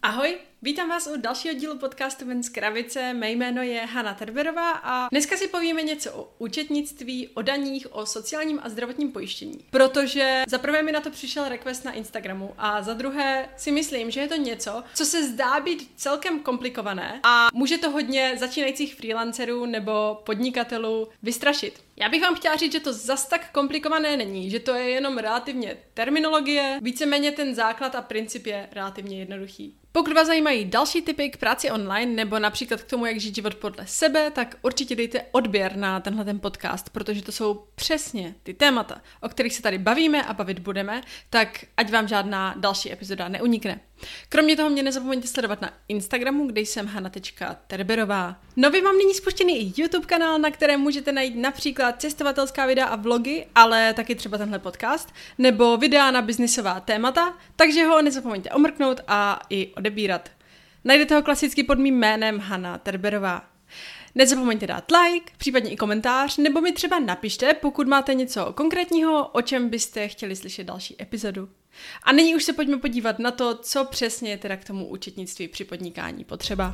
Ahoj, vítám vás u dalšího dílu podcastu Ven z krabice. Mé jméno je Hana Terberová a dneska si povíme něco o účetnictví, o daních, o sociálním a zdravotním pojištění. Protože za prvé mi na to přišel request na Instagramu a za druhé si myslím, že je to něco, co se zdá být celkem komplikované a může to hodně začínajících freelancerů nebo podnikatelů vystrašit. Já bych vám chtěla říct, že to zas tak komplikované není, že to je jenom relativně terminologie, víceméně ten základ a princip je relativně jednoduchý. Pokud vás zajímají další tipy k práci online nebo například k tomu, jak žít život podle sebe, tak určitě dejte odběr na tenhle podcast, protože to jsou přesně ty témata, o kterých se tady bavíme a bavit budeme, tak ať vám žádná další epizoda neunikne. Kromě toho mě nezapomeňte sledovat na Instagramu, kde jsem hana.terberová. Nově mám nyní spuštěný i YouTube kanál, na kterém můžete najít například cestovatelská videa a vlogy, ale taky třeba tenhle podcast, nebo videa na biznisová témata, takže ho nezapomeňte omrknout a i odebírat. Najdete ho klasicky pod mým jménem Hana Terberová. Nezapomeňte dát like, případně i komentář, nebo mi třeba napište, pokud máte něco konkrétního, o čem byste chtěli slyšet další epizodu. A nyní už se pojďme podívat na to, co přesně je teda k tomu účetnictví při podnikání potřeba.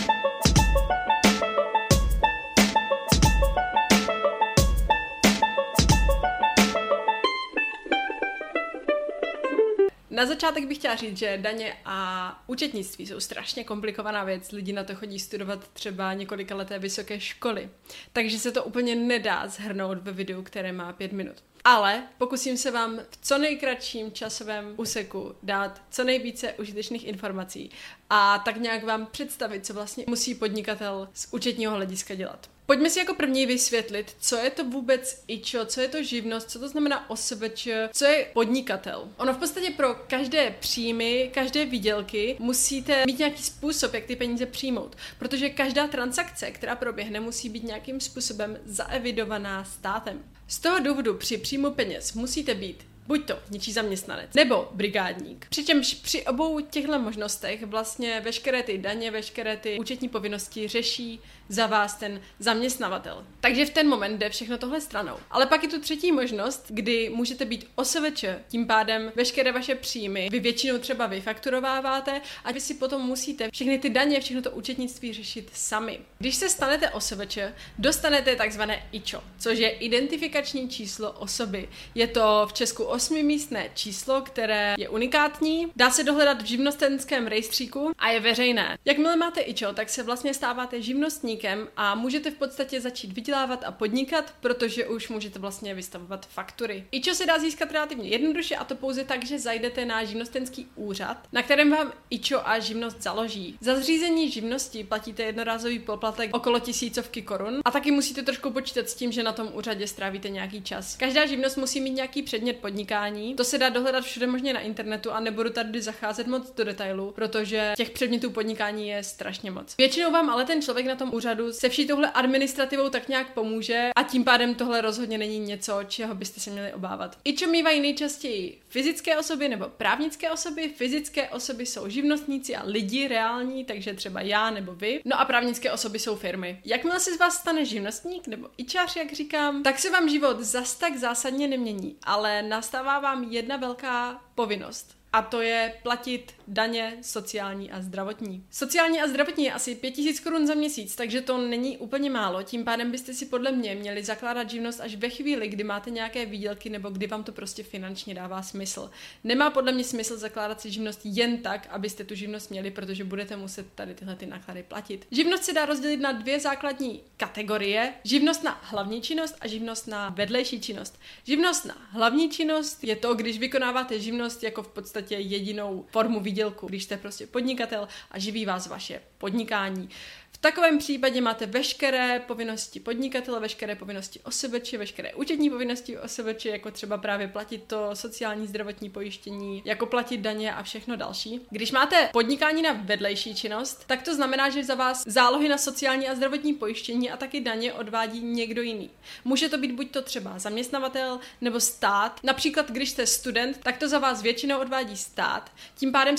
Na začátek bych chtěla říct, že daně a účetnictví jsou strašně komplikovaná věc. Lidi na to chodí studovat třeba několikaleté vysoké školy. Takže se to úplně nedá shrnout ve videu, které má 5 minut. Ale pokusím se vám v co nejkratším časovém úseku dát co nejvíce užitečných informací a tak nějak vám představit, co vlastně musí podnikatel z účetního hlediska dělat. Pojďme si jako první vysvětlit, co je to vůbec IČO, co je to živnost, co to znamená OSVČ, co je podnikatel. Ono v podstatě pro každé příjmy, každé výdělky musíte mít nějaký způsob, jak ty peníze přijmout, protože každá transakce, která proběhne, musí být nějakým způsobem zaevidovaná státem. Z toho důvodu při příjmu peněz musíte být buď to něčí zaměstnanec, nebo brigádník. Přičemž při obou těchto možnostech vlastně veškeré ty daně, veškeré ty účetní povinnosti řeší za vás ten zaměstnavatel. Takže v ten moment jde všechno tohle stranou. Ale pak je tu třetí možnost, kdy můžete být OSVČ, tím pádem veškeré vaše příjmy vy většinou třeba vyfakturováváte a vy si potom musíte všechny ty daně, všechno to účetnictví řešit sami. Když se stanete OSVČ, dostanete takzvané IČO, což je identifikační číslo osoby. Je to v Česku 8místné číslo, které je unikátní, dá se dohledat v živnostenském rejstříku a je veřejné. Jakmile máte IČO, tak se vlastně stáváte živnostníkem a můžete v podstatě začít vydělávat a podnikat, protože už můžete vlastně vystavovat faktury. IČO se dá získat relativně jednoduše a to pouze tak, že zajdete na živnostenský úřad, na kterém vám IČO a živnost založí. Za zřízení živnosti platíte jednorázový poplatek okolo 1000 korun a taky musíte trošku počítat s tím, že na tom úřadě strávíte nějaký čas. Každá živnost musí mít nějaký předmět podnikání. To se dá dohledat všude možně na internetu a nebudu tady zacházet moc do detailu, protože těch předmětů podnikání je strašně moc. Většinou vám ale ten člověk na tom úřadu se vší touhle administrativou tak nějak pomůže a tím pádem tohle rozhodně není něco, čeho byste se měli obávat. IČO mívají nejčastěji fyzické osoby nebo právnické osoby. Fyzické osoby jsou živnostníci a lidi reální, takže třeba já nebo vy. No a právnické osoby jsou firmy. Jakmile se z vás stane živnostník nebo IČář, jak říkám, tak se vám život zas tak zásadně nemění, ale nastává vám jedna velká povinnost. A to je platit daně sociální a zdravotní. Sociální a zdravotní je asi 5000 korun za měsíc, takže to není úplně málo. Tím pádem byste si podle mě měli zakládat živnost až ve chvíli, kdy máte nějaké výdělky nebo kdy vám to prostě finančně dává smysl. Nemá podle mě smysl zakládat si živnost jen tak, abyste tu živnost měli, protože budete muset tady tyhle ty náklady platit. Živnost se dá rozdělit na 2 základní kategorie. Živnost na hlavní činnost a živnost na vedlejší činnost. Živnost na hlavní činnost je to, když vykonáváte živnost jako v podstatě jedinou formu výdělku, když jste prostě podnikatel a živí vás vaše podnikání. V takovém případě máte veškeré povinnosti podnikatele, veškeré povinnosti OSVČ, veškeré účetní povinnosti OSVČ, jako třeba právě platit to sociální zdravotní pojištění, jako platit daně a všechno další. Když máte podnikání na vedlejší činnost, tak to znamená, že za vás zálohy na sociální a zdravotní pojištění a taky daně odvádí někdo jiný. Může to být buď to třeba zaměstnavatel nebo stát. Například, když jste student, tak to za vás většinou odvádí stát. Tím pádem si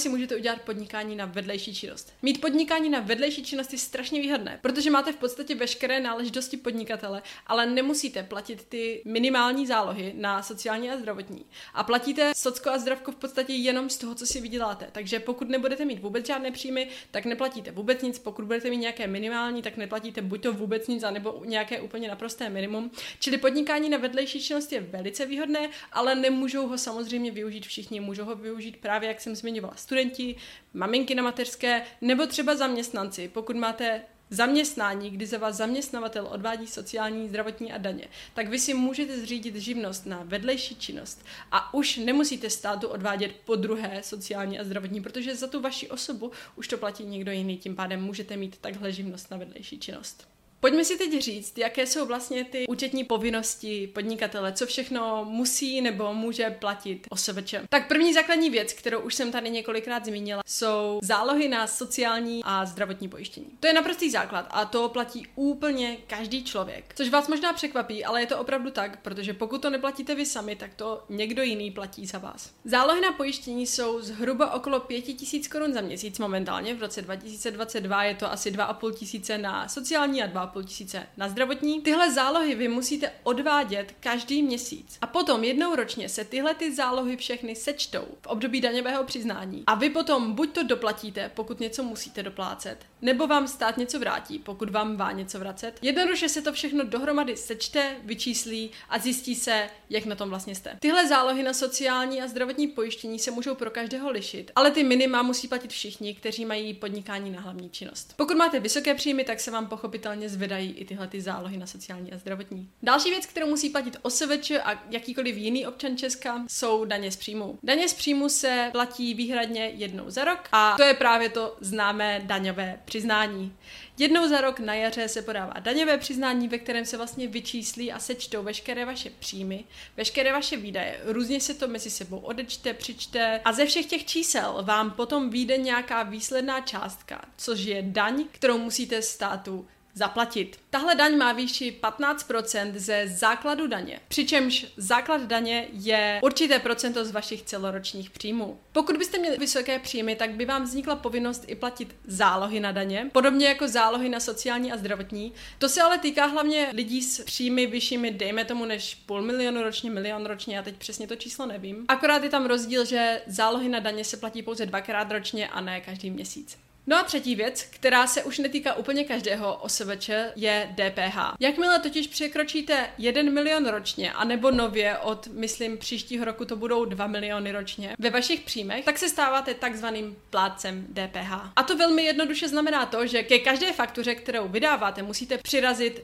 můžete udělat podnikání na vedlejší činnost. Mít podnikání na vedlejší činnost je strašně výhodné, protože máte v podstatě veškeré náležitosti podnikatele, ale nemusíte platit ty minimální zálohy na sociální a zdravotní. A platíte socko a zdravko v podstatě jenom z toho, co si vyděláte. Takže pokud nebudete mít vůbec žádné příjmy, tak neplatíte vůbec nic. Pokud budete mít nějaké minimální, tak neplatíte buď to vůbec nic, anebo nějaké úplně naprosté minimum. Čili podnikání na vedlejší činnost je velice výhodné, ale nemůžou ho samozřejmě využít všichni. Můžou ho využít právě, jak jsem zmiňovala, studenti, maminky na mateřské nebo třeba zaměstnanci. Pokud máte zaměstnání, kdy za vás zaměstnavatel odvádí sociální, zdravotní a daně, tak vy si můžete zřídit živnost na vedlejší činnost a už nemusíte státu odvádět po druhé sociální a zdravotní, protože za tu vaši osobu už to platí někdo jiný, tím pádem můžete mít takhle živnost na vedlejší činnost. Pojďme si teď říct, jaké jsou vlastně ty účetní povinnosti podnikatele, co všechno musí nebo může platit OSVČ. Tak první základní věc, kterou už jsem tady několikrát zmínila, jsou zálohy na sociální a zdravotní pojištění. To je naprostý základ a to platí úplně každý člověk. Což vás možná překvapí, ale je to opravdu tak, protože pokud to neplatíte vy sami, tak to někdo jiný platí za vás. Zálohy na pojištění jsou zhruba okolo 5 000 korun za měsíc momentálně. V roce 2022 je to asi 2 500 na sociální a 2 500 na zdravotní. Tyhle zálohy vy musíte odvádět každý měsíc. A potom jednou ročně se tyhle ty zálohy všechny sečtou v období daňového přiznání. A vy potom buď to doplatíte, pokud něco musíte doplácet, nebo vám stát něco vrátí, pokud vám má něco vracet. Jednoduše se to všechno dohromady sečte, vyčíslí a zjistí se, jak na tom vlastně jste. Tyhle zálohy na sociální a zdravotní pojištění se můžou pro každého lišit, ale ty minima musí platit všichni, kteří mají podnikání na hlavní činnost. Pokud máte vysoké příjmy, tak se vám pochopitelně zvedají i tyhle ty zálohy na sociální a zdravotní. Další věc, kterou musí platit OSVČ a jakýkoliv jiný občan Česka, jsou daně z příjmu. Daně z příjmu se platí výhradně jednou za rok a to je právě to známé daňové přiznání. Jednou za rok na jaře se podává daňové přiznání, ve kterém se vlastně vyčíslí a sečtou veškeré vaše příjmy, veškeré vaše výdaje. Různě se to mezi sebou odečte, přičte a ze všech těch čísel vám potom vyjde nějaká výsledná částka, což je daň, kterou musíte státu zaplatit. Tahle daň má výši 15% ze základu daně, přičemž základ daně je určité procento z vašich celoročních příjmů. Pokud byste měli vysoké příjmy, tak by vám vznikla povinnost i platit zálohy na daně, podobně jako zálohy na sociální a zdravotní. To se ale týká hlavně lidí s příjmy vyššími, dejme tomu, než 500 000 ročně, 1 000 000 ročně, já teď přesně to číslo nevím. Akorát je tam rozdíl, že zálohy na daně se platí pouze 2krát ročně a ne každý měsíc. No a třetí věc, která se už netýká úplně každého OSVČ, je DPH. Jakmile totiž překročíte 1 milion ročně, anebo nově od, myslím, příštího roku to budou 2 miliony ročně ve vašich příjmech, tak se stáváte takzvaným plátcem DPH. A to velmi jednoduše znamená to, že ke každé faktuře, kterou vydáváte, musíte přirazit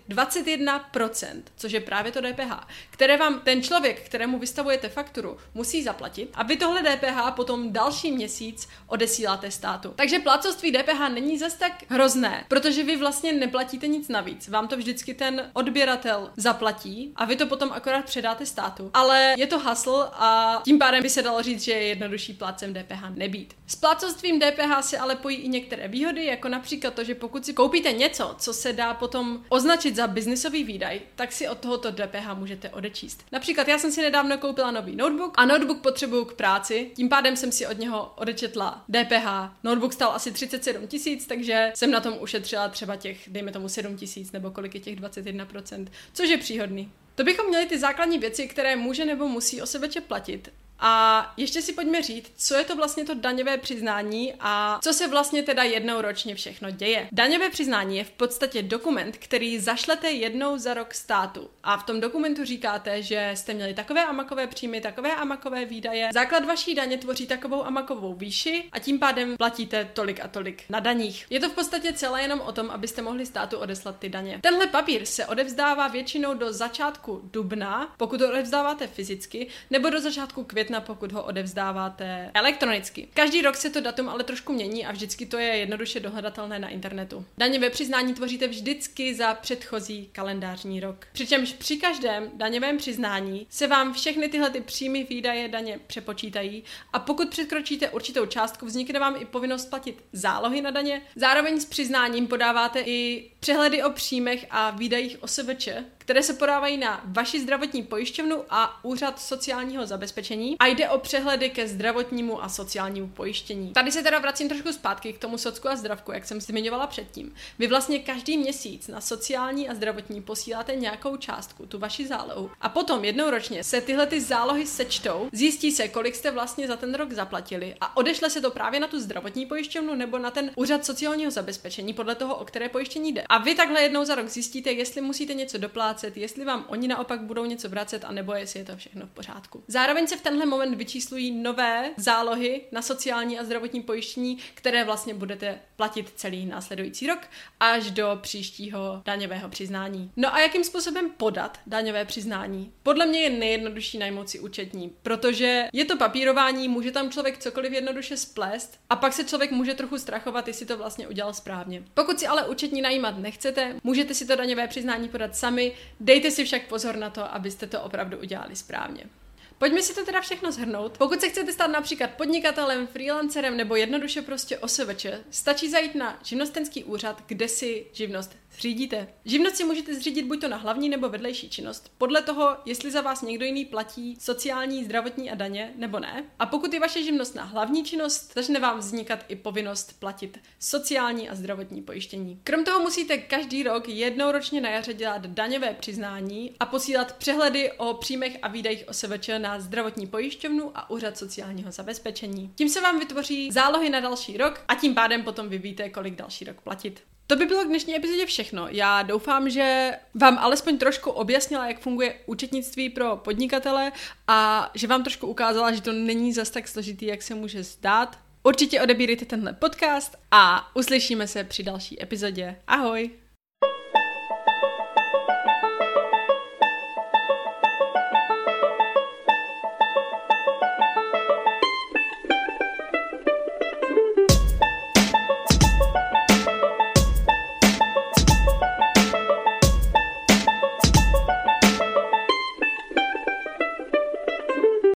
21%, což je právě to DPH, které vám ten člověk, kterému vystavujete fakturu, musí zaplatit a vy tohle DPH potom další měsíc odesíláte státu. Takže plátcovství DPH není zas tak hrozné, protože vy vlastně neplatíte nic navíc. Vám to vždycky ten odběratel zaplatí a vy to potom akorát předáte státu. Ale je to hustle a tím pádem by se dalo říct, že je jednodušší plátcem DPH nebýt. S plátcovstvím DPH se ale pojí i některé výhody, jako například to, že pokud si koupíte něco, co se dá potom označit za biznisový výdaj, tak si od tohoto DPH můžete odečíst. Například já jsem si nedávno koupila nový notebook a notebook potřebuju k práci, tím pádem jsem si od něho odečetla DPH. Notebook stál asi 37 000, takže jsem na tom ušetřila třeba těch, dejme tomu 7 000 nebo kolik je těch 21%, což je příhodný. To bychom měli ty základní věci, které může nebo musí OSVČ platit. A ještě si pojďme říct, co je to vlastně to daňové přiznání a co se vlastně teda jednou ročně všechno děje. Daňové přiznání je v podstatě dokument, který zašlete jednou za rok státu a v tom dokumentu říkáte, že jste měli takové a makové příjmy, takové a makové výdaje. Základ vaší daně tvoří takovou a makovou výši a tím pádem platíte tolik a tolik na daních. Je to v podstatě celé jenom o tom, abyste mohli státu odeslat ty daně. Tenhle papír se odevzdává většinou do začátku dubna, pokud ho odevzdáváte fyzicky, nebo do začátku května, pokud ho odevzdáváte elektronicky. Každý rok se to datum ale trošku mění a vždycky to je jednoduše dohledatelné na internetu. Daňové přiznání tvoříte vždycky za předchozí kalendářní rok. Přičemž při každém daňovém přiznání se vám všechny tyhle ty příjmy, výdaje, daně přepočítají a pokud překročíte určitou částku, vznikne vám i povinnost platit zálohy na daně. Zároveň s přiznáním podáváte i přehledy o příjmech a výdajích OSVČ, které se podávají na vaši zdravotní pojišťovnu a úřad sociálního zabezpečení a jde o přehledy ke zdravotnímu a sociálnímu pojištění. Tady se teda vracím trošku zpátky k tomu socku a zdravku, jak jsem zmiňovala předtím. Vy vlastně každý měsíc na sociální a zdravotní posíláte nějakou částku, tu vaši zálohu. A potom jednou ročně se tyhle ty zálohy sečtou, zjistí se, kolik jste vlastně za ten rok zaplatili a odešle se to právě na tu zdravotní pojišťovnu nebo na ten úřad sociálního zabezpečení podle toho, o které pojištění jde. A vy takhle jednou za rok zjistíte, jestli musíte něco doplácet, jestli vám oni naopak budou něco vracet a nebo jestli je to všechno v pořádku. Zároveň se v tenhle moment vyčíslují nové zálohy na sociální a zdravotní pojištění, které vlastně budete platit celý následující rok až do příštího daňového přiznání. No a jakým způsobem podat daňové přiznání? Podle mě je nejjednodušší najmout si účetní, protože je to papírování, může tam člověk cokoliv jednoduše splést a pak se člověk může trochu strachovat, jestli to vlastně udělal správně. Pokud si ale účetní najímat nechcete, můžete si to daňové přiznání podat sami, dejte si však pozor na to, abyste to opravdu udělali správně. Pojďme si to teda všechno shrnout. Pokud se chcete stát například podnikatelem, freelancerem nebo jednoduše prostě OSVČ, stačí zajít na živnostenský úřad, kde si živnost zřídíte. Živnost si můžete zřídit buď to na hlavní nebo vedlejší činnost, podle toho, jestli za vás někdo jiný platí sociální, zdravotní a daně, nebo ne. A pokud je vaše živnost na hlavní činnost, začne vám vznikat i povinnost platit sociální a zdravotní pojištění. Krom toho musíte každý rok jednou ročně na jaře dělat daňové přiznání a posílat přehledy o příjmech a výdajích OSVČ na zdravotní pojišťovnu a úřad sociálního zabezpečení. Tím se vám vytvoří zálohy na další rok a tím pádem potom vy víte, kolik další rok platit. To by bylo k dnešní epizodě všechno. Já doufám, že vám alespoň trošku objasnila, jak funguje účetnictví pro podnikatele a že vám trošku ukázala, že to není zas tak složitý, jak se může zdát. Určitě odebírejte tenhle podcast a uslyšíme se při další epizodě. Ahoj!